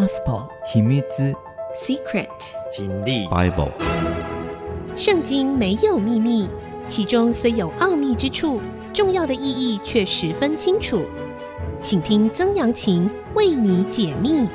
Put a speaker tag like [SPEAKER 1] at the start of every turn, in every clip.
[SPEAKER 1] Gospel
[SPEAKER 2] 秘密
[SPEAKER 3] Secret
[SPEAKER 4] 真理
[SPEAKER 2] Bible
[SPEAKER 5] 圣经没有秘密，其中虽有奥秘之处，重要的意义却十分清楚。请听曾阳晴为你解密。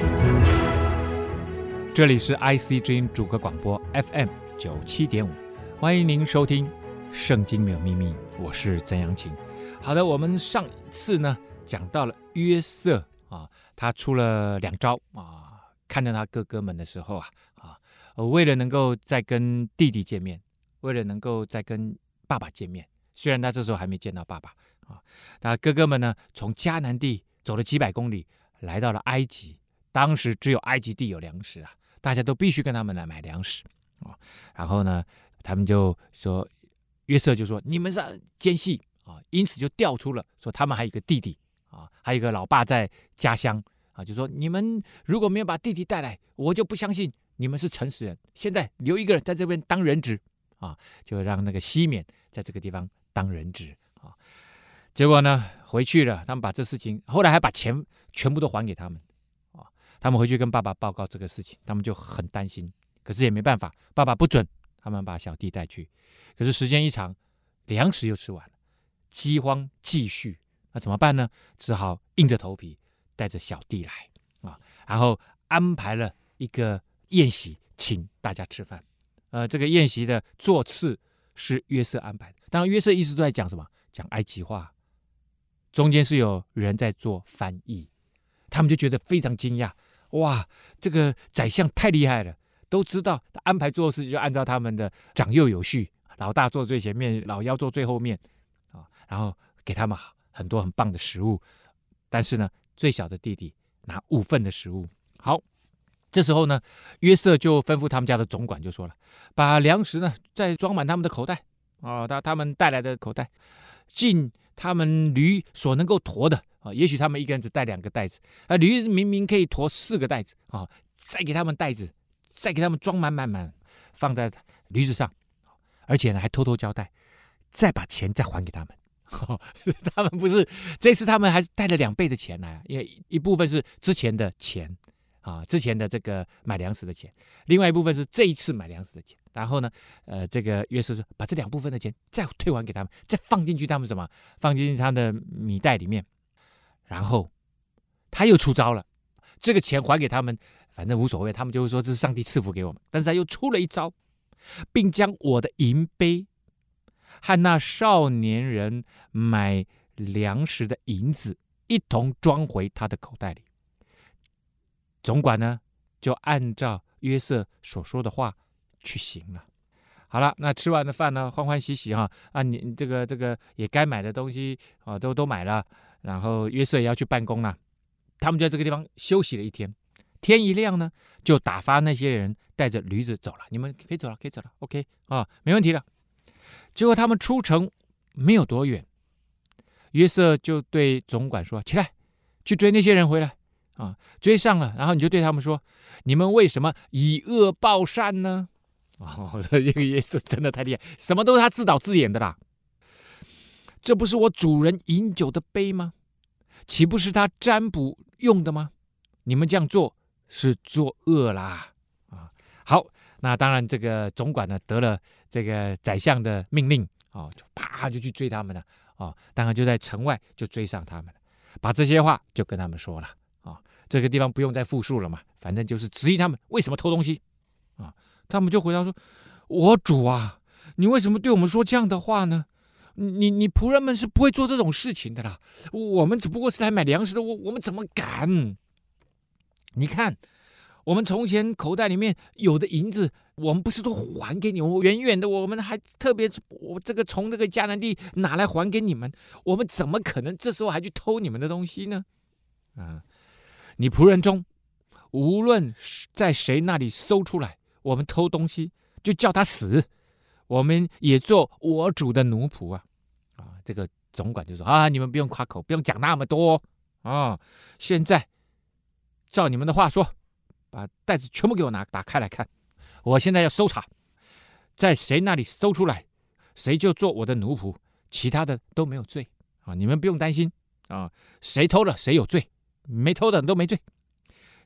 [SPEAKER 6] 这里是 IC 之音主歌广播 FM 97.5，欢迎您收听《圣经没有秘密》，我是曾阳晴。好的，我们上一次呢讲到了约瑟啊，他出了2招啊，看到他哥哥们的时候为了能够再跟弟弟见面，为了能够再跟爸爸见面，虽然他这时候还没见到爸爸啊，他哥哥们呢从迦南地走了几百公里，来到了埃及。当时只有埃及地有粮食啊，大家都必须跟他们来买粮食啊。然后呢，他们就说，约瑟就说你们是奸细啊，因此就调出了说他们还有一个弟弟啊，还有一个老爸在家乡啊，就说你们如果没有把弟弟带来，我就不相信你们是诚实人。现在留一个人在这边当人质啊，就让那个西缅在这个地方当人质啊。结果呢，回去了，他们把这事情，后来还把钱全部都还给他们啊。他们回去跟爸爸报告这个事情，他们就很担心，可是也没办法，爸爸不准他们把小弟带去。可是时间一长，粮食又吃完了，饥荒继续，那怎么办呢？只好硬着头皮带着小弟来啊，然后安排了一个宴席，请大家吃饭。这个宴席的座次是约瑟安排的，当然约瑟一直都在讲什么？讲埃及话，中间是有人在做翻译，他们就觉得非常惊讶，哇，这个宰相太厉害了，都知道安排做事就按照他们的长幼有序，老大坐最前面，老幺坐最后面啊，然后给他们很多很棒的食物，但是呢，最小的弟弟拿5份的食物。好，这时候呢，约瑟就吩咐他们家的总管就说了，把粮食呢再装满他们的口袋啊，他们带来的口袋，尽他们驴所能够驮的啊，也许他们一个人只带2个袋子啊，驴明明可以驮4个袋子啊，再给他们袋子，再给他们装满，放在驴子上，而且呢还偷偷交代，再把钱再还给他们。他们不是这次他们还是带了2倍的钱来，因为一部分是之前的钱啊，之前的这个买粮食的钱，另外一部分是这一次买粮食的钱。然后呢，这个约瑟说把这2部分的钱再退还给他们，再放进去他们什么？放进去他的米袋里面。然后他又出招了，这个钱还给他们，反正无所谓，他们就会说这是上帝赐福给我们。但是他又出了一招，并将我的银杯和那少年人买粮食的银子一同装回他的口袋里。总管呢，就按照约瑟所说的话去行了。好了，那吃完了饭呢，欢欢喜喜你这个也该买的东西啊，都买了。然后约瑟也要去办公了，他们就在这个地方休息了1天。天一亮呢，就打发那些人带着驴子走了，你们可以走了，OK 啊，没问题了。结果他们出城没有多远，约瑟就对总管说：“起来，去追那些人回来啊！”追上了，然后你就对他们说：“你们为什么以恶报善呢？”这个约瑟真的太厉害，什么都是他自导自演的啦。这不是我主人饮酒的杯吗？岂不是他占卜用的吗？你们这样做是作恶啦！好，那当然这个总管呢得了这个宰相的命令就啪就去追他们了当然就在城外就追上他们了，把这些话就跟他们说了这个地方不用再复述了嘛，反正就是质疑他们为什么偷东西他们就回答说：“我主啊，你为什么对我们说这样的话呢？你仆人们是不会做这种事情的啦，我们只不过是来买粮食的，我们怎么敢？你看，我们从前口袋里面有的银子，我们不是都还给你们，远远的，我们还特别我这个从这个迦南地拿来还给你们，我们怎么可能这时候还去偷你们的东西呢？你仆人中无论在谁那里搜出来我们偷东西，就叫他死，我们也做我主的奴仆这个总管就说你们不用夸口，不用讲那么多现在照你们的话说，把袋子全部给我打开来看，我现在要搜查，在谁那里搜出来，谁就做我的奴仆，其他的都没有罪你们不用担心谁偷了谁有罪，没偷的都没罪。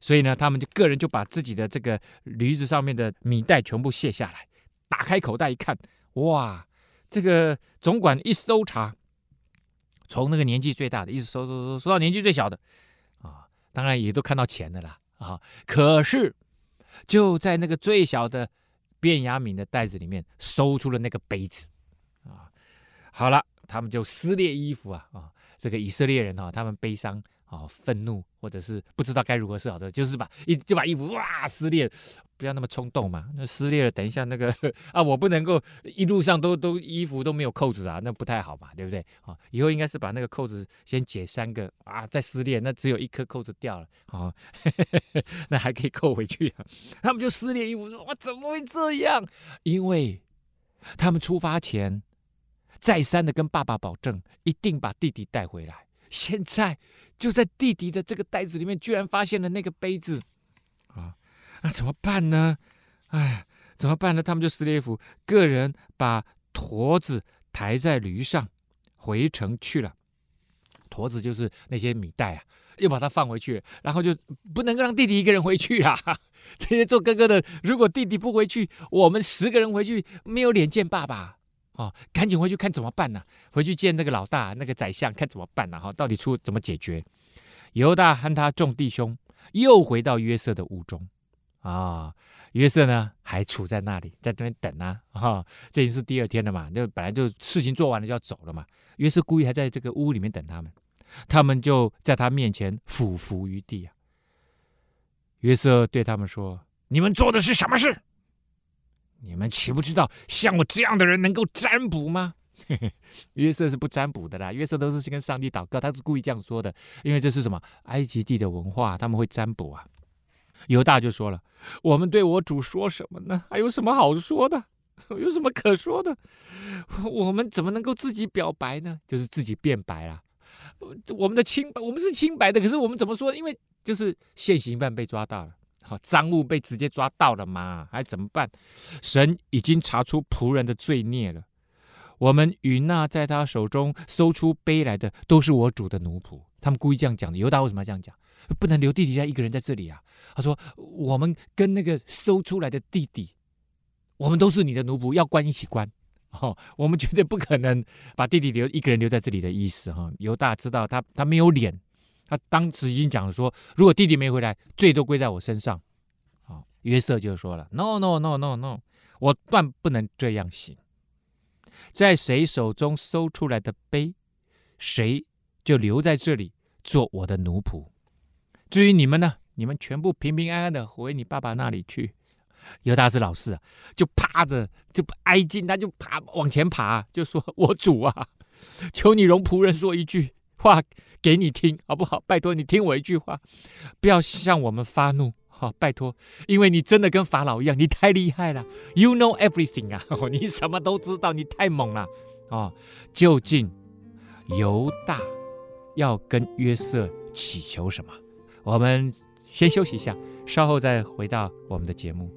[SPEAKER 6] 所以呢，他们个人就把自己的这个驴子上面的米袋全部卸下来，打开口袋一看，哇，这个总管一搜查，从那个年纪最大的一直搜到年纪最小的啊，当然也都看到钱的啦啊。可是就在那个最小的卞雅敏的袋子里面搜出了那个杯子啊。好了，他们就撕裂衣服啊，这个以色列人他们悲伤愤怒，或者是不知道该如何是好的，就是把衣服哇撕裂，不要那么冲动嘛。那撕裂了，等一下那个我不能够一路上都衣服都没有扣子啊，那不太好嘛，对不对啊？以后应该是把那个扣子先解3个啊，再撕裂，那只有1颗扣子掉了啊，那还可以扣回去啊。他们就撕裂衣服说，哇，怎么会这样？因为他们出发前再三的跟爸爸保证，一定把弟弟带回来。现在就在弟弟的这个袋子里面，居然发现了那个杯子啊！那怎么办呢？哎，怎么办呢？他们就撕裂衣服，个人把驼子抬在驴上，回城去了。驼子就是那些米袋啊，又把它放回去，然后就不能让弟弟一个人回去啦。这些做哥哥的，如果弟弟不回去，我们10个人回去没有脸见爸爸。赶紧回去看怎么办呢？回去见那个老大，那个宰相，看怎么办呢？到底怎么解决？犹大和他众弟兄又回到约瑟的屋中啊。约瑟呢还处在那里，在那边等啊。这已经是第2天了嘛，就本来就事情做完了就要走了嘛。约瑟故意还在这个屋里面等他们，他们就在他面前俯伏于地啊。约瑟对他们说：“你们做的是什么事？你们岂不知道像我这样的人能够占卜吗？”约瑟是不占卜的啦，约瑟都是跟上帝祷告，他是故意这样说的，因为这是什么？埃及地的文化，他们会占卜啊。犹大就说了：“我们对我主说什么呢？还有什么好说的？有什么可说的？我们怎么能够自己表白呢？就是自己辩白啦。我们是清白的，可是我们怎么说？因为就是现行犯被抓到了。赃物被直接抓到了嘛，还怎么办？神已经查出仆人的罪孽了。我们与那在他手中搜出杯来的，都是我主的奴仆。他们故意这样讲的。犹大为什么要这样讲？不能留弟弟一个人在这里啊。他说：我们跟那个搜出来的弟弟，我们都是你的奴仆，要关一起关。我们绝对不可能把弟弟一个人留在这里的意思。犹大知道他没有脸。他当时已经讲了说，如果弟弟没回来，罪都归在我身上。约瑟就说了 ：“No， 我断不能这样行。在谁手中搜出来的杯，谁就留在这里做我的奴仆。至于你们呢，你们全部平平安安的回你爸爸那里去。”犹大是老四啊，就趴着就挨近，他就往前爬，就说：“我主啊，求你容仆人说一句话给你听，好不好？拜托你听我一句话，不要向我们发怒，拜托，因为你真的跟法老一样，你太厉害了 ，You know everything 啊，你什么都知道，你太猛了究竟犹大要跟约瑟祈求什么？我们先休息一下，稍后再回到我们的节目。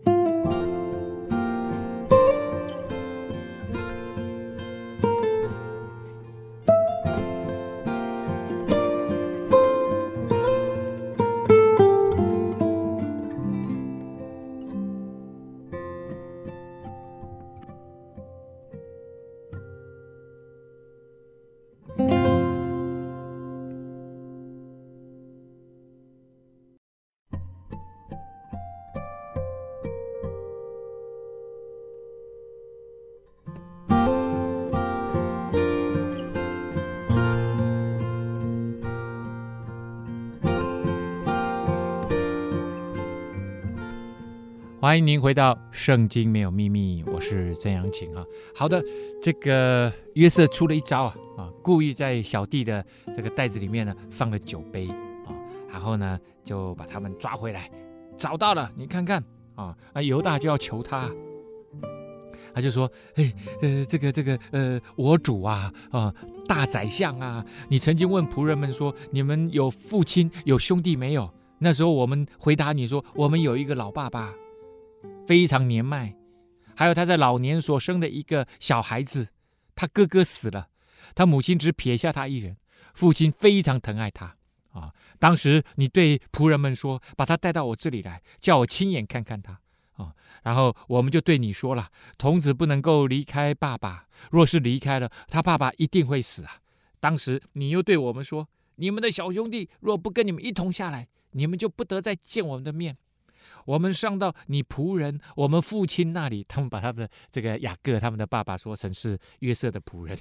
[SPEAKER 6] 欢迎您回到圣经没有秘密，我是曾阳晴啊。好的，这个约瑟出了一招故意在小弟的这个袋子里面呢放了酒杯然后呢就把他们抓回来，找到了，你看看犹大就要求他，他就说：“我主啊大宰相啊，你曾经问仆人们说，你们有父亲有兄弟没有？那时候我们回答你说，我们有一个老爸爸。”非常年迈，还有他在老年所生的一个小孩子，他哥哥死了，他母亲只撇下他一人，父亲非常疼爱他啊。当时你对仆人们说，把他带到我这里来，叫我亲眼看看他啊。然后我们就对你说了，童子不能够离开爸爸，若是离开了，他爸爸一定会死啊。当时你又对我们说，你们的小兄弟若不跟你们一同下来，你们就不得再见我们的面。我们上到你仆人我们父亲那里，他们把他们的这个雅各他们的爸爸说成是约瑟的仆人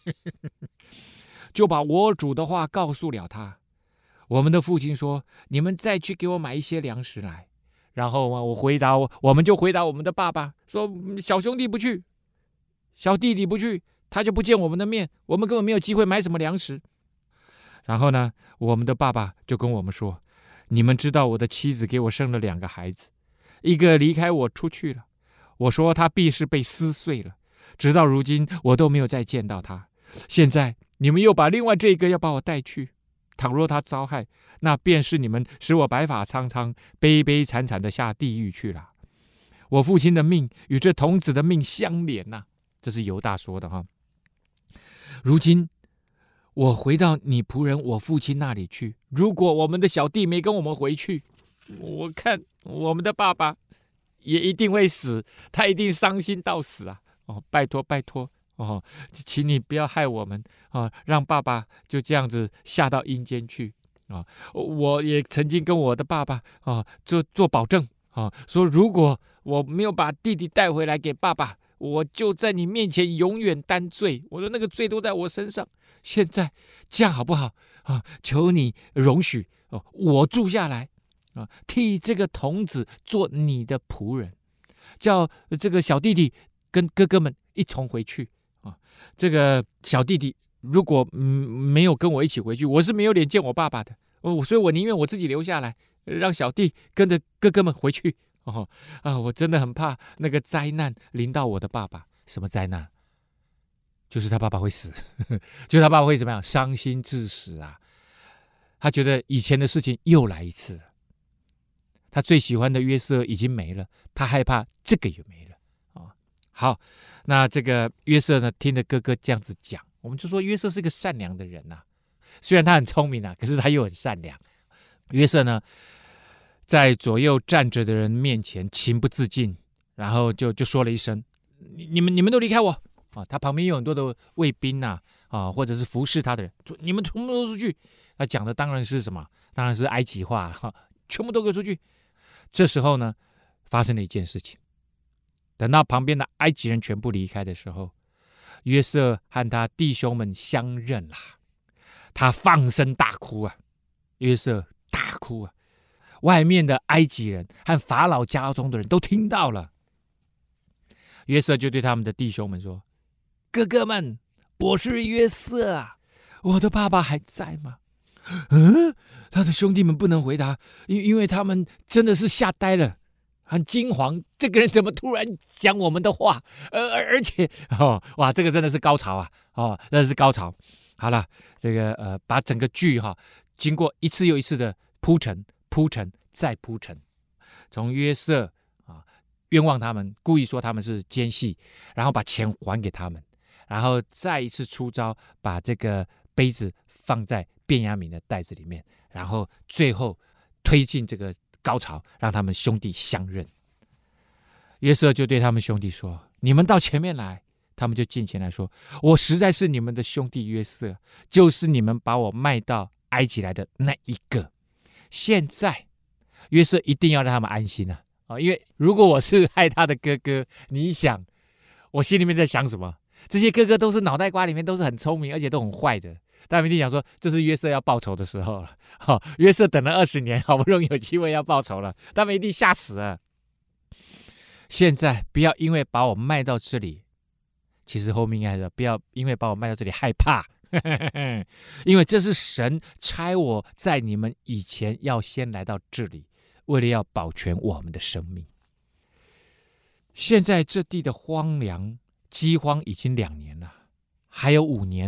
[SPEAKER 6] 就把我主的话告诉了他。我们的父亲说，你们再去给我买一些粮食来。然后我们就回答我们的爸爸说，小兄弟不去，小弟弟不去，他就不见我们的面，我们根本没有机会买什么粮食。然后呢，我们的爸爸就跟我们说，你们知道我的妻子给我生了2个孩子，一个离开我出去了，我说他必是被撕碎了，直到如今我都没有再见到他。现在你们又把另外这一个要把我带去，倘若他遭害，那便是你们使我白发苍苍、悲悲惨惨的下地狱去了。我父亲的命与这童子的命相连呐，这是犹大说的哈。如今我回到你仆人我父亲那里去，如果我们的小弟没跟我们回去，我看我们的爸爸也一定会死，他一定伤心到死啊！拜托拜托请你不要害我们让爸爸就这样子下到阴间去我也曾经跟我的爸爸做保证说如果我没有把弟弟带回来给爸爸，我就在你面前永远担罪，我的那个罪都在我身上。现在这样好不好求你容许我住下来替这个童子做你的仆人，叫这个小弟弟跟哥哥们一同回去这个小弟弟如果没有跟我一起回去，我是没有脸见我爸爸的所以我宁愿我自己留下来，让小弟跟着哥哥们回去我真的很怕那个灾难临到我的爸爸。什么灾难？就是他爸爸会死就是他爸爸会怎么样？伤心致死啊！他觉得以前的事情又来一次了，他最喜欢的约瑟已经没了，他害怕这个也没了好，那这个约瑟呢，听着哥哥这样子讲，我们就说约瑟是个善良的人虽然他很聪明可是他又很善良。约瑟呢，在左右站着的人面前情不自禁，然后就说了一声，你们都离开我他旁边有很多的卫兵或者是服侍他的人，说你们全部都出去。他讲的当然是什么？当然是埃及话全部都给我出去。这时候呢，发生了一件事情。等到旁边的埃及人全部离开的时候，约瑟和他弟兄们相认啦，他放声大哭约瑟大哭外面的埃及人和法老家中的人都听到了。约瑟就对他们的弟兄们说，哥哥们，我是约瑟我的爸爸还在吗？他的兄弟们不能回答，因为他们真的是吓呆了，很惊惶，这个人怎么突然讲我们的话？而且哇，这个真的是高潮真的是高潮。好了，这个把整个剧经过一次又一次的铺陈再铺陈，从约瑟冤枉他们，故意说他们是奸细，然后把钱还给他们，然后再一次出招，把这个杯子放在便雅悯的袋子里面，然后最后推进这个高潮，让他们兄弟相认。约瑟就对他们兄弟说，你们到前面来。他们就进前来说，我实在是你们的兄弟约瑟，就是你们把我卖到埃及来的那一个。现在约瑟一定要让他们安心因为如果我是害他的哥哥，你想我心里面在想什么？这些哥哥都是脑袋瓜里面都是很聪明而且都很坏的，他们一定想说这是约瑟要报仇的时候了约瑟等了20年，好不容易有机会要报仇了，他们一定吓死了。现在不要因为把我卖到这里，其实后面应该说不要因为把我卖到这里害怕因为这是神差我在你们以前要先来到这里，为了要保全我们的生命。现在这地的荒凉饥荒已经2年了，还有5年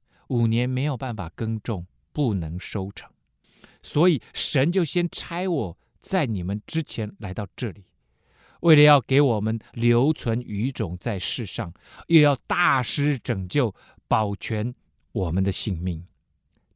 [SPEAKER 6] 5年没有办法耕种，不能收成，所以神就先差我在你们之前来到这里，为了要给我们留存余种在世上，又要大施拯救，保全我们的性命。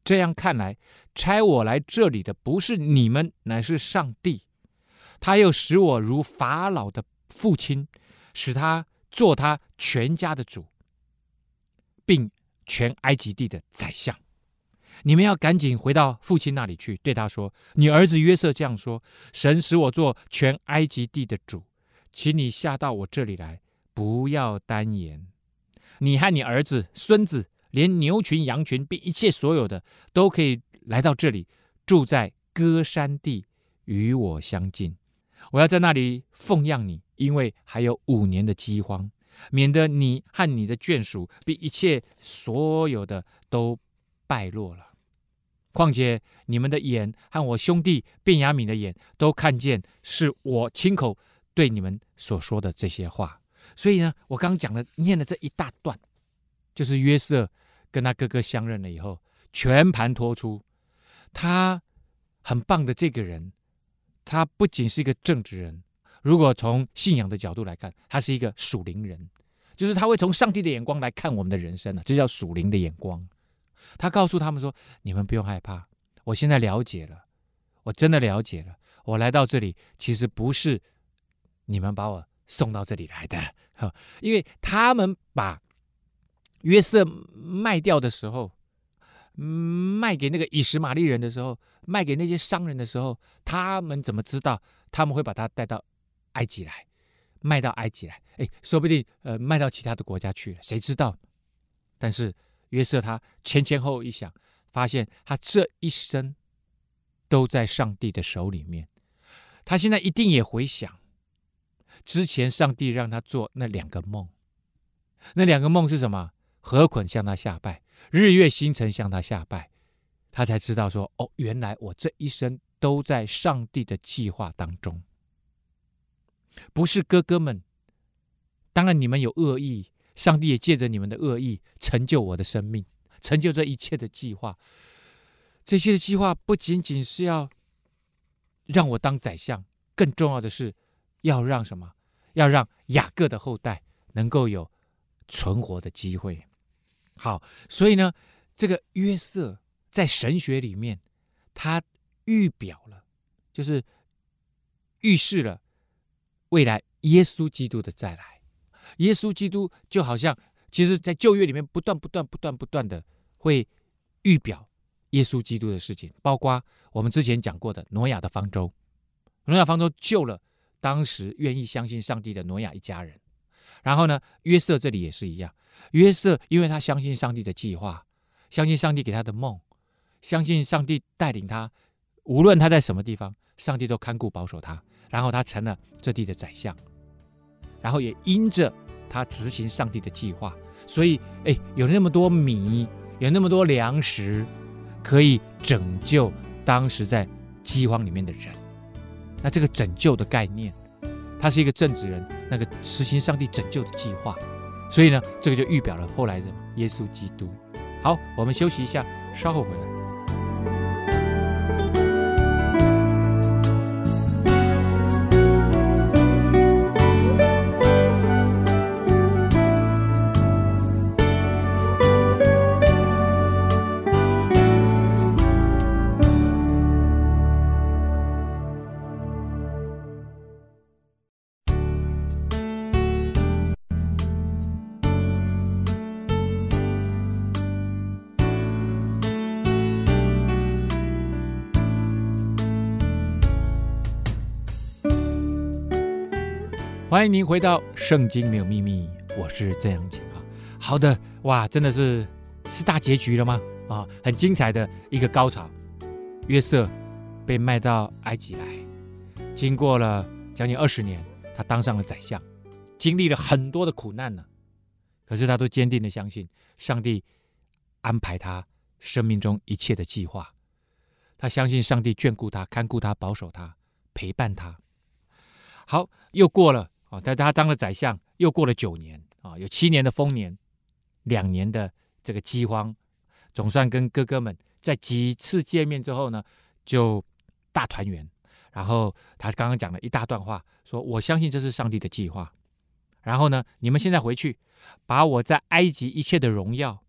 [SPEAKER 6] 这样看来，差我来这里的不是你们，乃是上帝。他又使我如法老的父亲，使他做他全家的主，并全埃及地的宰相。你们要赶紧回到父亲那里去，对他说：你儿子约瑟这样说，神使我做全埃及地的主，请你下到我这里来，不要单言。你和你儿子、孙子，连牛群、羊群，并一切所有的，都可以来到这里，住在歌珊地，与我相近。我要在那里奉养你，因为还有5年的饥荒，免得你和你的眷属，并一切所有的都败落了。况且你们的眼和我兄弟便雅悯的眼都看见，是我亲口对你们所说的这些话。所以呢，我刚刚讲的念了这一大段，就是约瑟跟他哥哥相认了以后，全盘托出。他很棒的这个人，他不仅是一个正直人，如果从信仰的角度来看，他是一个属灵人，就是他会从上帝的眼光来看我们的人生，这叫属灵的眼光。他告诉他们说：你们不用害怕，我现在了解了，我真的了解了，我来到这里其实不是你们把我送到这里来的。因为他们把约瑟卖掉的时候，卖给那个以实玛利人的时候，卖给那些商人的时候，他们怎么知道他们会把他带到埃及来，卖到埃及来？说不定卖到其他的国家去了，谁知道？但是约瑟他前后一想，发现他这一生都在上帝的手里面。他现在一定也回想之前上帝让他做那2个梦，那2个梦是什么？河捆向他下拜，日月星辰向他下拜。他才知道说，原来我这一生都在上帝的计划当中。不是哥哥们，当然你们有恶意，上帝也借着你们的恶意成就我的生命，成就这一切的计划。这些的计划不仅仅是要让我当宰相，更重要的是要让什么？要让雅各的后代能够有存活的机会。好，所以呢，这个约瑟在神学里面，他预表了，就是预示了未来耶稣基督的再来。耶稣基督就好像，其实在旧约里面不断的会预表耶稣基督的事情，包括我们之前讲过的挪亚的方舟。挪亚方舟救了当时愿意相信上帝的挪亚一家人。然后呢，约瑟这里也是一样，约瑟因为他相信上帝的计划，相信上帝给他的梦，相信上帝带领他，无论他在什么地方，上帝都看顾保守他，然后他成了这地的宰相。然后也因着他执行上帝的计划，所以有那么多米，有那么多粮食，可以拯救当时在饥荒里面的人。那这个拯救的概念，他是一个正直人，那个实行上帝拯救的计划，所以呢，这个就预表了后来的耶稣基督。好，我们休息一下，稍后回来。欢迎您回到圣经没有秘密，我是曾阳晴啊。好的，哇，真的是大结局了吗？很精彩的一个高潮。约瑟被卖到埃及来，经过了将近20年，他当上了宰相，经历了很多的苦难呢。可是他都坚定的相信上帝安排他生命中一切的计划，他相信上帝眷顾他、看顾他、保守他、陪伴他。好，又过了他当了宰相，又过了9年有7年的丰年，2年的这个饥荒，总算跟哥哥们在几次见面之后呢，就大团圆。然后他刚刚讲了一大段话，说我相信这是上帝的计划。然后呢，你们现在回去，把我在埃及一切的荣耀，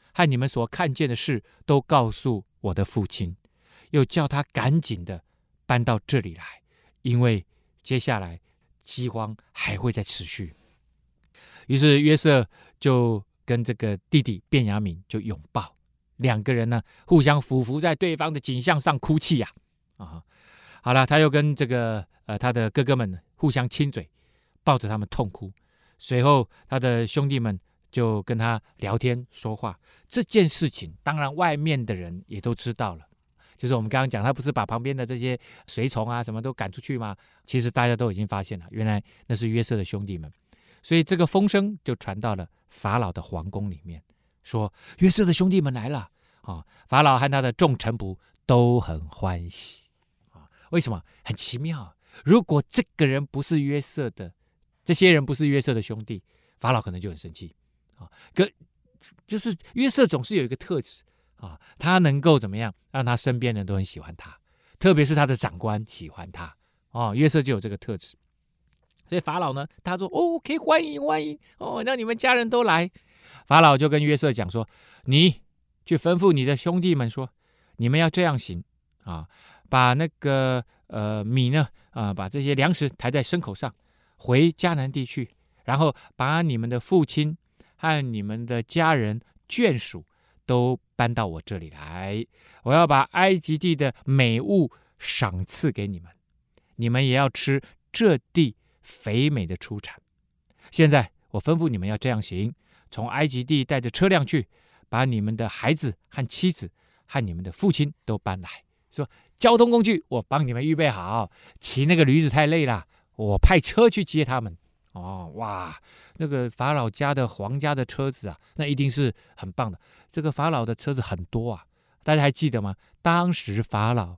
[SPEAKER 6] 和你们所看见的事都告诉我的父亲，又叫他赶紧的搬到这里来，因为接下来饥荒还会再持续。于是约瑟就跟这个弟弟便雅悯就拥抱，两个人呢互相俯伏在对方的颈项上哭泣好了，他又跟这个他的哥哥们互相亲嘴，抱着他们痛哭。随后他的兄弟们就跟他聊天说话。这件事情当然外面的人也都知道了，就是我们刚刚讲他不是把旁边的这些随从啊什么都赶出去吗？其实大家都已经发现了，原来那是约瑟的兄弟们。所以这个风声就传到了法老的皇宫里面，说约瑟的兄弟们来了法老和他的众臣仆都很欢喜为什么？很奇妙，如果这个人不是约瑟的，这些人不是约瑟的兄弟，法老可能就很生气可就是约瑟总是有一个特质他能够怎么样让他身边人都很喜欢他，特别是他的长官喜欢他约瑟就有这个特质。所以法老呢，他说可以欢迎欢迎让你们家人都来。法老就跟约瑟讲说，你去吩咐你的兄弟们说，你们要这样行把那个米呢把这些粮食抬在牲口上，回迦南地去，然后把你们的父亲和你们的家人眷属都搬到我这里来，我要把埃及地的美物赏赐给你们，你们也要吃这地肥美的出产。现在我吩咐你们要这样行，从埃及地带着车辆去，把你们的孩子和妻子和你们的父亲都搬来，说交通工具我帮你们预备好，骑那个驴子太累了，我派车去接他们哇，那个法老家的皇家的车子那一定是很棒的。这个法老的车子很多大家还记得吗？当时法老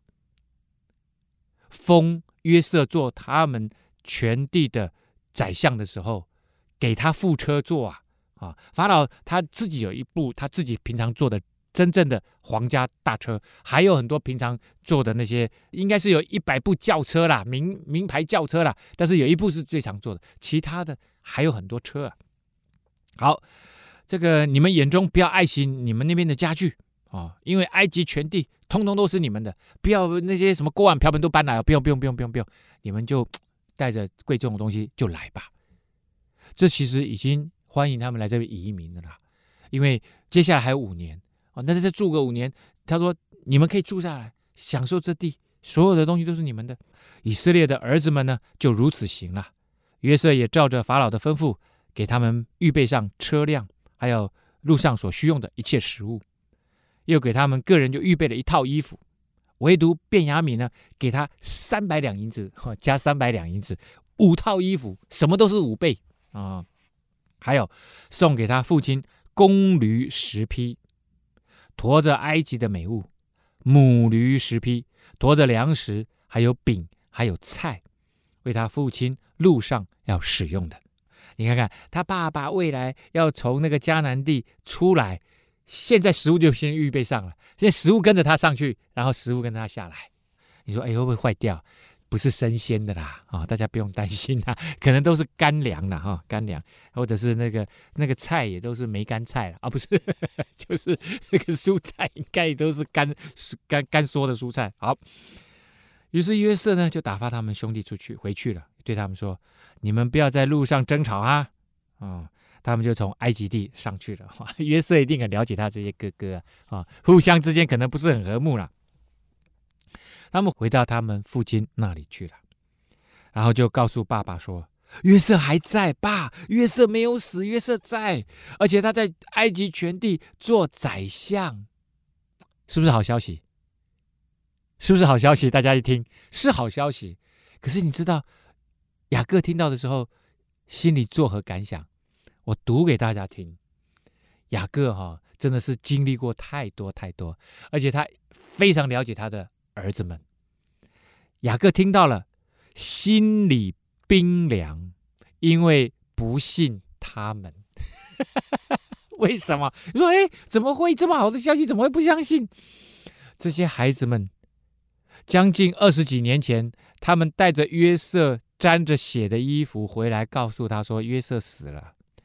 [SPEAKER 6] 封约瑟做他们全地的宰相的时候，给他副车坐法老他自己有一部他自己平常坐的真正的皇家大车，还有很多平常坐的那些，应该是有100部轿车啦，名牌轿车啦，但是有一部是最常坐的，其他的还有很多车好，这个你们眼中不要爱惜你们那边的家具因为埃及全地通通都是你们的，不要那些什么锅碗瓢盆都搬来不用，你们就带着贵重的东西就来吧。这其实已经欢迎他们来这边移民了啦，因为接下来还有5年那再住个5年，他说你们可以住下来享受这地，所有的东西都是你们的。以色列的儿子们呢就如此行了。约瑟也照着法老的吩咐，给他们预备上车辆，还有路上所需用的一切食物，又给他们个人就预备了1套衣服。唯独便雅悯呢，给他300两银子加300两银子，5套衣服，什么都是5倍还有送给他父亲公驴10匹，驮着埃及的美物；母驴10匹，驮着粮食，还有饼，还有菜，为他父亲路上要使用的。你看看他爸爸未来要从那个迦南地出来，现在食物就先预备上了，现在食物跟着他上去，然后食物跟着他下来。你说会不会坏掉？不是生鲜的啦大家不用担心可能都是干粮啦干粮，或者是那个菜也都是梅干菜了不是就是那个蔬菜应该也都是干缩的蔬菜。好，于是约瑟呢就打发他们兄弟出去回去了，对他们说，你们不要在路上争吵他们就从埃及地上去了约瑟一定很了解他这些哥哥互相之间可能不是很和睦了。他们回到他们父亲那里去了，然后就告诉爸爸说，约瑟还在，爸，约瑟没有死，约瑟在，而且他在埃及全地做宰相。是不是好消息？是不是好消息？大家一听是好消息，可是你知道雅各听到的时候心里作何感想？我读给大家听。雅各真的是经历过太多，而且他非常了解他的儿子们。雅各听到了，心里冰凉，因为不信他们为什么？你说怎么会这么好的消息，怎么会不相信？这些孩子们将近20几年前，他们带着约瑟沾着血的衣服回来，告诉他说约瑟死了，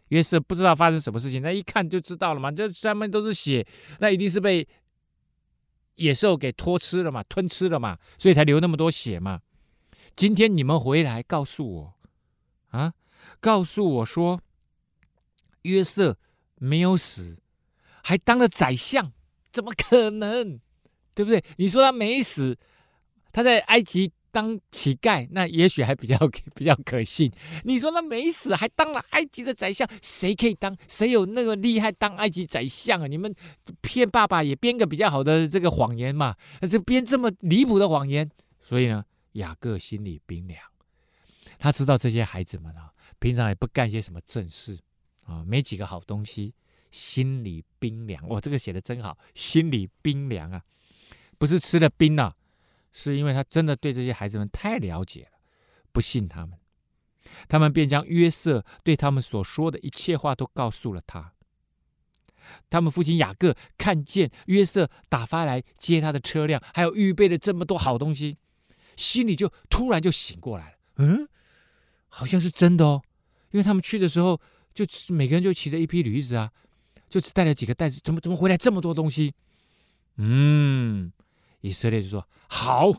[SPEAKER 6] 约瑟不知道发生什么事情，那一看就知道了嘛，这上面都是血，那一定是被野兽给吞吃了嘛，所以才流那么多血嘛。今天你们回来告诉我啊，告诉我说约瑟没有死，还当了宰相，怎么可能？对不对？你说他没死，他在埃及当乞丐，那也许还比较可信。你说他没死，还当了埃及的宰相，谁可以当？谁有那个厉害当埃及宰相啊？你们骗爸爸也编个比较好的这个谎言嘛，这编这么离谱的谎言。所以呢，雅各心里冰凉，他知道这些孩子们啊，平常也不干些什么正事啊，没几个好东西，心里冰凉。这个写的真好，心里冰凉啊，不是吃了冰啊，是因为他真的对这些孩子们太了解了，不信他们，他们便将约瑟对他们所说的一切话都告诉了他。他们父亲雅各看见约瑟打发来接他的车辆，还有预备了这么多好东西，心里就突然就醒过来了。好像是真的哦，因为他们去的时候，就每个人就骑着一匹驴子啊，就只带了几个袋子，怎么回来这么多东西？以色列就说好，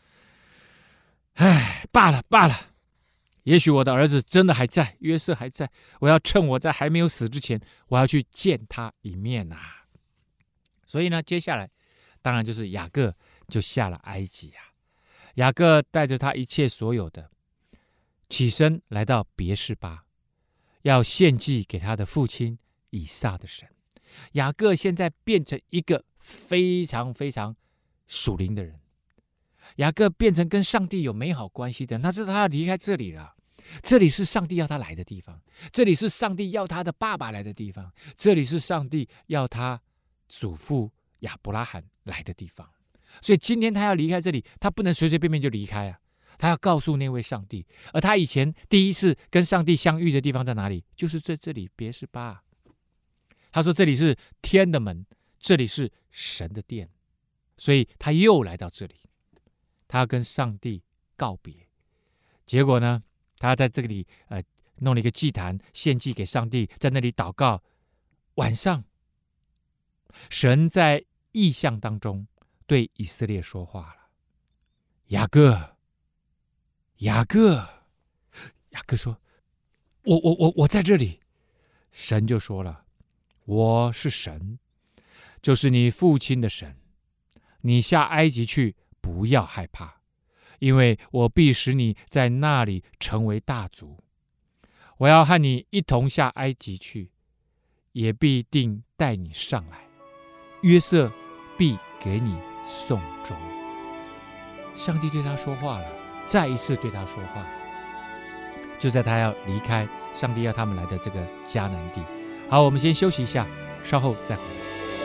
[SPEAKER 6] 罢了，也许我的儿子真的还在，约瑟还在，我要趁我在还没有死之前，我要去见他一面啊。所以呢，接下来当然就是雅各就下了埃及啊。雅各带着他一切所有的，起身来到别是巴，要献祭给他的父亲以撒的神。雅各现在变成一个非常非常属灵的人，雅各变成跟上帝有美好关系的人。他知道他要离开这里了，这里是上帝要他来的地方，这里是上帝要他的爸爸来的地方，这里是上帝要他祖父亚伯拉罕来的地方。所以今天他要离开这里，他不能随随便便就离开啊，他要告诉那位上帝。而他以前第一次跟上帝相遇的地方在哪里？就是在这里别是巴。他说这里是天的门，这里是神的殿，所以他又来到这里，他要跟上帝告别。结果呢，他在这里弄了一个祭坛，献祭给上帝，在那里祷告。晚上，神在异象当中对以色列说话了：雅各，雅各。雅各说：我在这里。神就说了：我是神，就是你父亲的神。你下埃及去，不要害怕，因为我必使你在那里成为大族。我要和你一同下埃及去，也必定带你上来。约瑟必给你送终。上帝对他说话了，再一次对他说话，就在他要离开，上帝要他们来的这个迦南地。好，我们先休息一下，稍后再回来。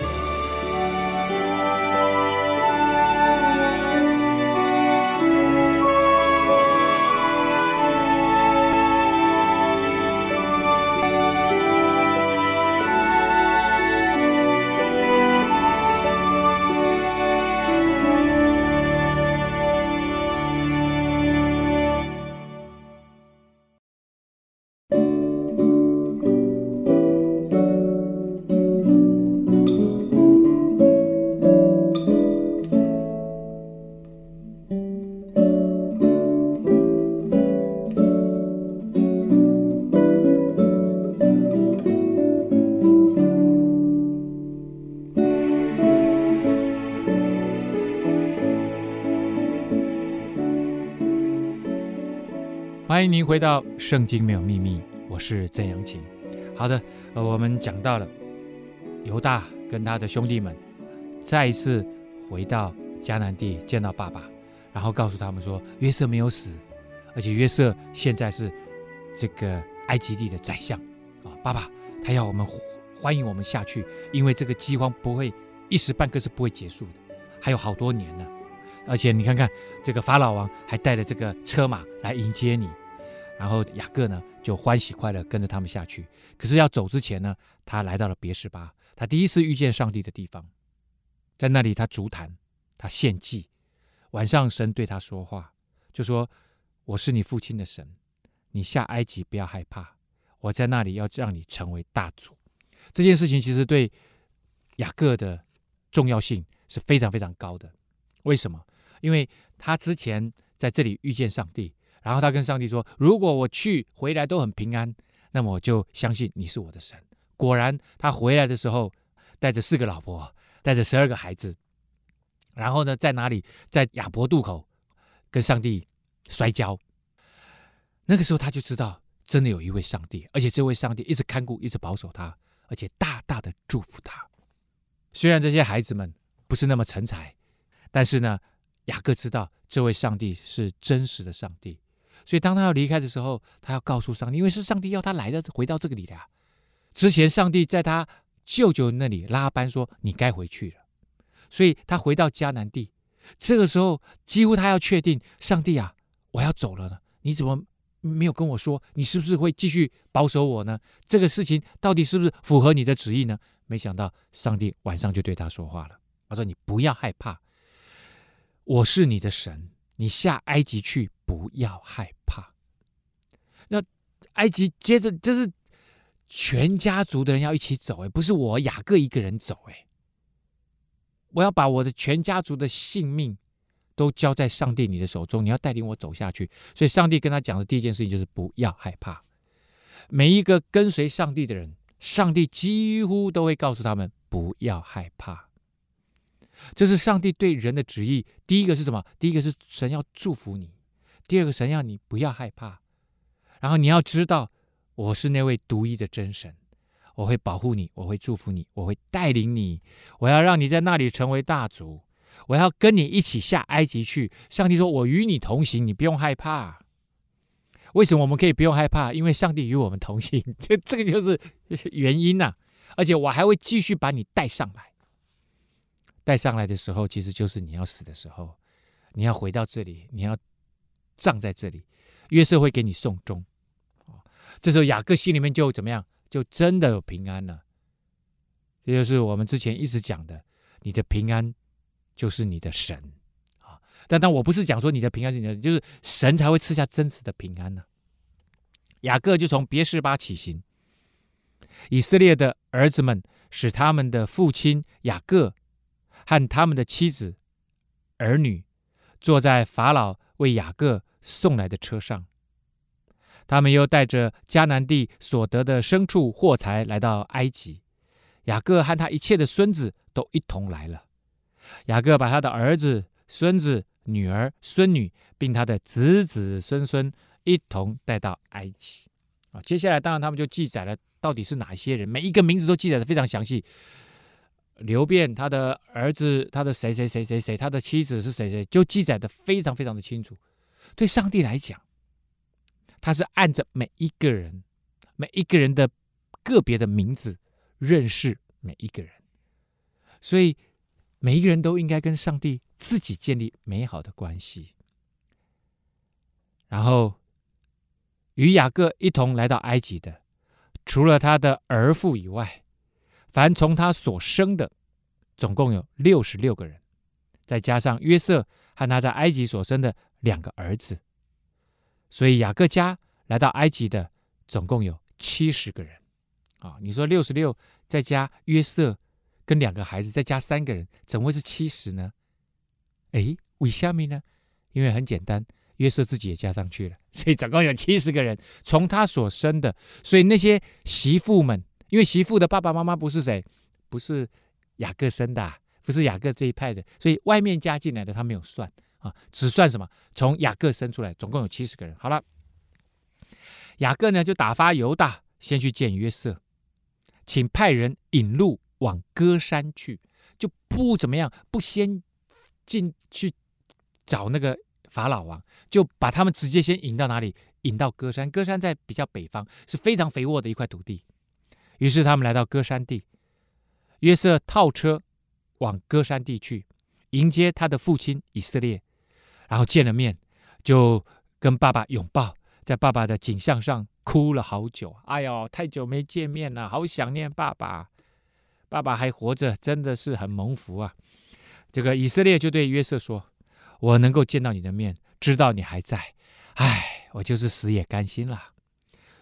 [SPEAKER 6] 欢迎您回到圣经没有秘密，我是曾阳晴。好的，我们讲到了犹大跟他的兄弟们再一次回到迦南地见到爸爸，然后告诉他们说约瑟没有死，而且约瑟现在是这个埃及地的宰相啊，爸爸他要我们欢迎我们下去，因为这个饥荒不会一时半刻是不会结束的，还有好多年呢。而且你看看这个法老王还带着这个车马来迎接你。然后雅各呢就欢喜快乐跟着他们下去。可是要走之前呢，他来到了别是巴，他第一次遇见上帝的地方。在那里他筑坛，他献祭。晚上神对他说话，就说我是你父亲的神，你下埃及不要害怕， 我在那里要让你成为大族。这件事情其实对雅各的重要性是非常非常高的。为什么？因为他之前在这里遇见上帝，然后他跟上帝说，如果我去回来都很平安，那么我就相信你是我的神。果然他回来的时候带着4个老婆，带着12个孩子，然后呢，在哪里？在雅博渡口跟上帝摔跤。那个时候他就知道真的有一位上帝，而且这位上帝一直看顾，一直保守他，而且大大的祝福他。虽然这些孩子们不是那么成才，但是呢，雅各知道这位上帝是真实的上帝，所以当他要离开的时候，他要告诉上帝，因为是上帝要他来的，回到这个里的。之前上帝在他舅舅那里拉班说你该回去了，所以他回到迦南地。这个时候几乎他要确定，上帝啊，我要走了呢，你怎么没有跟我说？你是不是会继续保守我呢？这个事情到底是不是符合你的旨意呢？没想到上帝晚上就对他说话了，他说你不要害怕，我是你的神，你下埃及去，不要害怕。那埃及接着这是全家族的人要一起走，不是我雅各一个人走，我要把我的全家族的性命都交在上帝你的手中，你要带领我走下去。所以上帝跟他讲的第一件事情就是不要害怕。每一个跟随上帝的人，上帝几乎都会告诉他们不要害怕。这是上帝对人的旨意。第一个是什么？第一个是神要祝福你，第二个神要你不要害怕，然后你要知道我是那位独一的真神，我会保护你，我会祝福你，我会带领你，我要让你在那里成为大族，我要跟你一起下埃及去。上帝说我与你同行，你不用害怕。为什么我们可以不用害怕？因为上帝与我们同行，这个就是原因啊。而且我还会继续把你带上来。带上来的时候，其实就是你要死的时候，你要回到这里，你要葬在这里，约瑟会给你送终。这时候雅各心里面就怎么样？就真的有平安了。这就是我们之前一直讲的，你的平安就是你的神。但我不是讲说你的平安是你的，就是神才会赐下真实的平安呢。雅各就从别是巴起行，以色列的儿子们使他们的父亲雅各和他们的妻子儿女坐在法老为雅各送来的车上。他们又带着迦南地所得的牲畜货财来到埃及。雅各和他一切的孙子都一同来了。雅各把他的儿子、孙子、女儿、孙女，并他的子子孙孙一同带到埃及。接下来当然他们就记载了到底是哪些人，每一个名字都记载得非常详细。流便他的儿子，他的谁谁谁谁谁，他的妻子是谁谁，就记载得非常非常的清楚。对上帝来讲，他是按着每一个人的个别的名字认识每一个人，所以每一个人都应该跟上帝自己建立美好的关系。然后与雅各一同来到埃及的，除了他的儿妇以外，凡从他所生的总共有66个人，再加上约瑟和他在埃及所生的2个儿子，所以雅各家来到埃及的总共有70个人。你说66再加约瑟跟2个孩子再加3个人，怎么会是70呢？为什么呢？因为很简单，约瑟自己也加上去了，所以总共有70个人从他所生的。所以那些媳妇们，因为媳妇的爸爸妈妈不是谁，不是雅各生的，不是雅各这一派的，所以外面加进来的他没有算只算什么？从雅各生出来，总共有70个人。好了，雅各呢就打发犹大先去见约瑟，请派人引路往歌山去，就不怎么样，不先进去找那个法老王，就把他们直接先引到哪里？引到歌山。歌山在比较北方，是非常肥沃的一块土地。于是他们来到歌山地，约瑟套车往歌山地去迎接他的父亲以色列，然后见了面就跟爸爸拥抱，在爸爸的颈项上哭了好久。哎呦，太久没见面了，好想念爸爸，爸爸还活着，真的是很蒙福啊。这个以色列就对约瑟说，我能够见到你的面，知道你还在，我就是死也甘心了。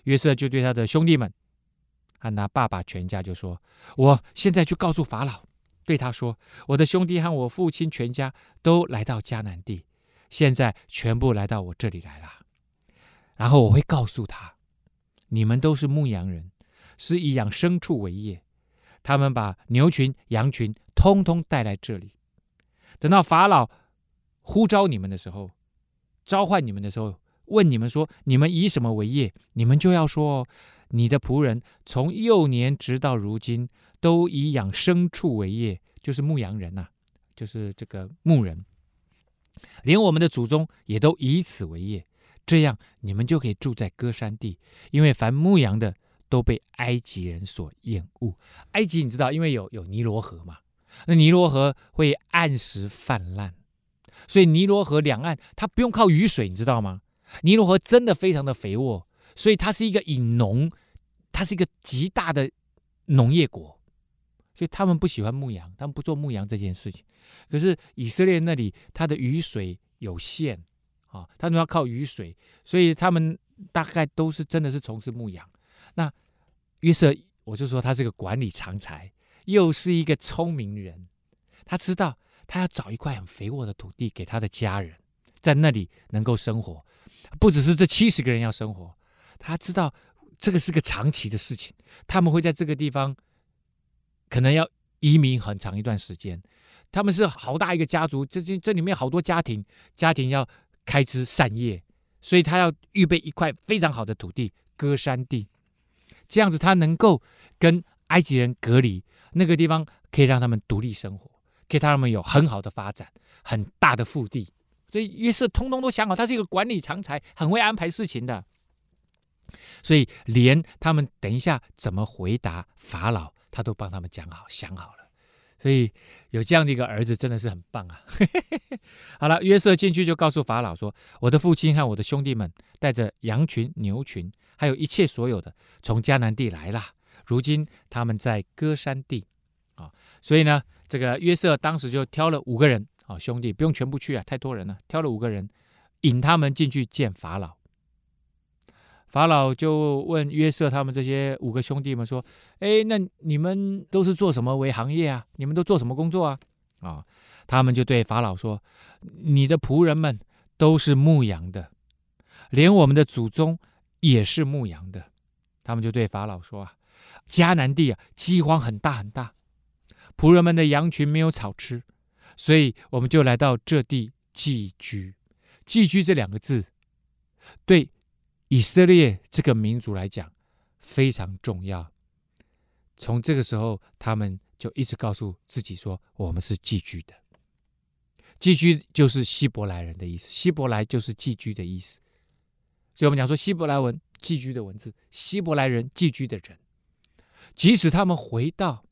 [SPEAKER 6] 约瑟就对他的兄弟们和他爸爸全家就说，我现在去告诉法老，对他说，我的兄弟和我父亲全家都来到迦南地，现在全部来到我这里来了。然后我会告诉他，你们都是牧羊人，是以养牲畜为业，他们把牛群羊群通通带来这里。等到法老呼召你们的时候，召唤你们的时候，问你们说，你们以什么为业，你们就要说，你的仆人从幼年直到如今都以养牲畜为业，就是牧羊人就是这个牧人，连我们的祖宗也都以此为业，这样你们就可以住在歌珊地，因为凡牧羊的都被埃及人所厌恶。埃及你知道，因为有尼罗河嘛，那尼罗河会按时泛滥，所以尼罗河两岸它不用靠雨水，你知道吗？尼罗河真的非常的肥沃，所以它是一个它是一个极大的农业国，所以他们不喜欢牧羊，他们不做牧羊这件事情。可是以色列那里它的雨水有限他们要靠雨水，所以他们大概都是真的是从事牧羊。那约瑟，我就说他是个管理常才，又是一个聪明人，他知道他要找一块很肥沃的土地给他的家人，在那里能够生活，不只是这70个人要生活，他知道这个是个长期的事情，他们会在这个地方可能要移民很长一段时间，他们是好大一个家族，这里面好多家庭要开枝散叶，所以他要预备一块非常好的土地，歌珊地，这样子他能够跟埃及人隔离，那个地方可以让他们独立生活，可以让他们有很好的发展，很大的腹地。所以约瑟通通都想好，他是一个管理常才，很会安排事情的，所以连他们等一下怎么回答法老，他都帮他们想好了。所以有这样的一个儿子真的是很棒啊。好了，约瑟进去就告诉法老说，我的父亲和我的兄弟们带着羊群牛群还有一切所有的从迦南地来了，如今他们在歌珊地所以呢，这个约瑟当时就挑了5个人兄弟，不用全部去太多人了，挑了5个人引他们进去见法老。法老就问约瑟他们这些5个兄弟们说，那你们都是做什么为行业啊？你们都做什么工作啊？他们就对法老说，你的仆人们都是牧羊的，连我们的祖宗也是牧羊的。他们就对法老说迦南地饥荒很大很大，仆人们的羊群没有草吃，所以我们就来到这地寄居。寄居这2个字对以色列这个民族来讲非常重要，从这个时候他们就一直告诉自己说，我们是寄居的。寄居就是希伯来人的意思，希伯来就是寄居的意思，所以我们讲说希伯来文寄居的文字，希伯来人寄居的人，即使他们回到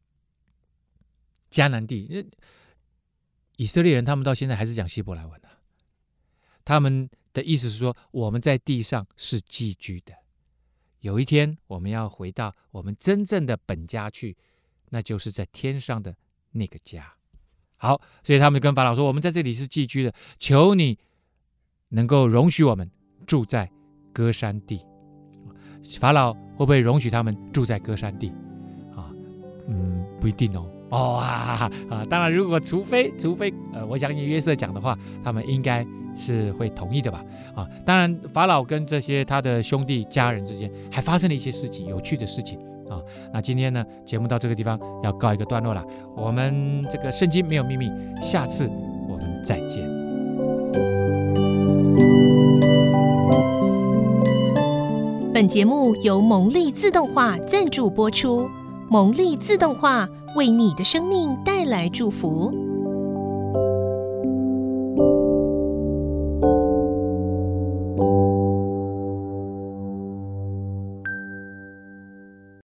[SPEAKER 6] 迦南地，以色列人他们到现在还是讲希伯来文他们的意思是说，我们在地上是寄居的，有一天我们要回到我们真正的本家去，那就是在天上的那个家。好，所以他们跟法老说，我们在这里是寄居的，求你能够容许我们住在歌珊地。法老会不会容许他们住在歌珊地不一定当然如果除非我相信约瑟讲的话，他们应该是会同意的吧当然法老跟这些他的兄弟家人之间还发生了一些事情，有趣的事情那今天呢节目到这个地方要告一个段落了，我们这个圣经没有秘密，下次我们再见。
[SPEAKER 5] 本节目由蒙利自动化赞助播出，蒙利自动化为你的生命带来祝福。